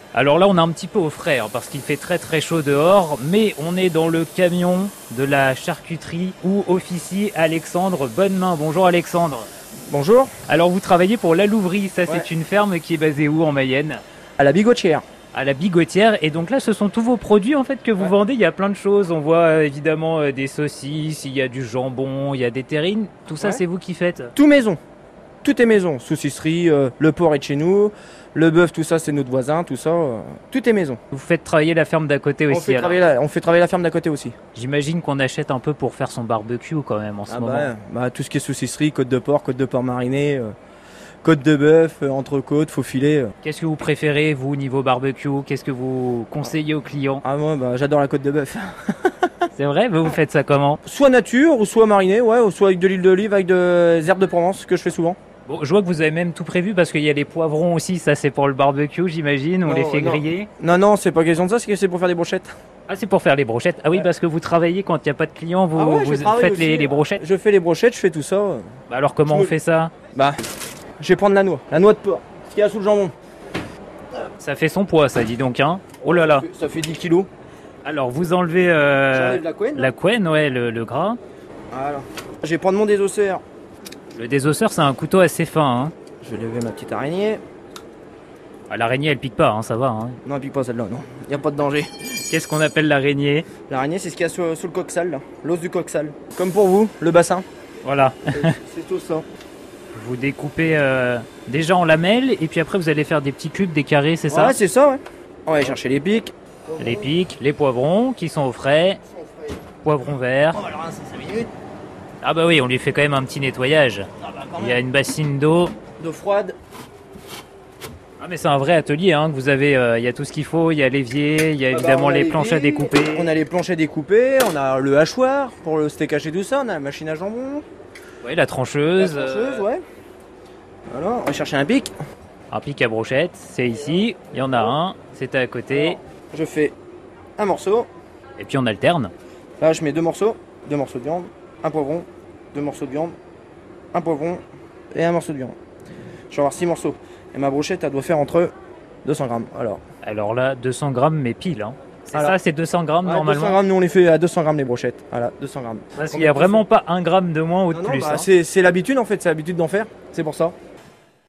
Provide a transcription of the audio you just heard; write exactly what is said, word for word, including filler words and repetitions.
Alors là, on est un petit peu au frais hein, parce qu'il fait très très chaud dehors, mais on est dans le camion de la charcuterie où officie Alexandre Bonnemain. Bonjour Alexandre. Bonjour. Alors vous travaillez pour La Louvrie, ça Ouais. c'est une ferme qui est basée où en Mayenne? À la Bigotière. À la Bigotière, et donc là ce sont tous vos produits en fait que vous Ouais. vendez, il y a plein de choses, on voit euh, évidemment euh, des saucisses, il y a du jambon, il y a des terrines, tout ça Ouais. c'est vous qui faites? Tout maison. Tout est maison. Saucisserie, euh, le porc est de chez nous, le bœuf, tout ça c'est notre voisin, tout ça. euh, tout est maison. Vous faites travailler la ferme d'à côté On aussi fait, alors. travailler la, on fait travailler la ferme d'à côté aussi. J'imagine qu'on achète un peu pour faire son barbecue quand même en ce Ah moment. bah, bah, tout ce qui est saucisserie, côte de porc, côte de porc mariné, euh, côte de bœuf, euh, entrecôte, faux filet. euh. Qu'est-ce que vous préférez vous niveau barbecue? Qu'est-ce que vous conseillez aux clients? Ah moi bah, j'adore la côte de bœuf. C'est vrai, vous, vous faites ça comment? Soit nature, ou soit mariné, ouais, ou soit avec de l'huile d'olive, avec de- des herbes de Provence, que je fais souvent. Bon, je vois que vous avez même tout prévu parce qu'il y a les poivrons aussi, ça c'est pour le barbecue j'imagine, on Non, les fait non. griller. Non, non, c'est pas question de ça, c'est que c'est pour faire des brochettes. Ah c'est pour faire les brochettes. Ah oui Ouais. parce que vous travaillez quand il n'y a pas de clients, vous, Ah ouais, je vous travaille faites aussi, les, les euh, brochettes. Je fais les brochettes, je fais tout ça. euh. Bah alors comment je on me- fait ça? Bah, je vais prendre la noix, la noix de porc, ce qu'il y a sous le jambon. Ça fait son poids ça dis donc hein. Oh là là. Ça fait, ça fait dix kilos. Alors vous enlevez euh, J'enlève la couenne. la couenne, ouais, le, le gras. Voilà. Je vais prendre mon désosseur. Le désosseur c'est un couteau assez fin. Hein. Je vais lever ma petite araignée. Ah, l'araignée elle pique pas, hein, ça va. Hein. Non, elle pique pas celle-là, non. Il n'y a pas de danger. Qu'est-ce qu'on appelle l'araignée? L'araignée, c'est ce qu'il y a sous, sous le coxal, là. L'os du coxal. Comme pour vous, le bassin. Voilà. C'est c'est tout ça. Vous découpez euh, déjà en lamelles et puis après vous allez faire des petits cubes, des carrés, c'est ça? Ouais, c'est ça, ouais. On va aller chercher les pics. Les pics, les poivrons qui sont au frais, poivrons verts. Oh, alors, c'est cinq minutes. Ah bah oui, on lui fait quand même un petit nettoyage. Ah bah, quand Il y a même. une bassine d'eau. D'eau froide. Ah mais c'est un vrai atelier hein, que vous avez, euh, il y a tout ce qu'il faut, il y a l'évier, il y a Ah bah, évidemment on a les les planches à billes, découper. On a les planches à découper, on a le hachoir pour le steak haché tout ça, on a la machine à jambon. Ouais, la trancheuse. La trancheuse, euh, ouais. Voilà, on va chercher un pic. Un pic à brochette, c'est ici, il y en a un, c'est à côté. Je fais un morceau. Et puis on alterne. Là, je mets deux morceaux. Deux morceaux de viande, un poivron, deux morceaux de viande, un poivron et un morceau de viande. Je vais avoir six morceaux. Et ma brochette, elle doit faire entre deux cents grammes. Alors, Alors là, deux cents grammes mais pile. Hein. C'est Voilà. ça, c'est deux cents grammes ouais, normalement. deux cents grammes, nous on les fait à deux cents grammes les brochettes. Voilà, deux cents grammes. Parce qu'il n'y a vraiment pas un gramme de moins ou de Non, non, plus. bah, hein. c'est c'est l'habitude en fait, c'est l'habitude d'en faire. C'est pour ça.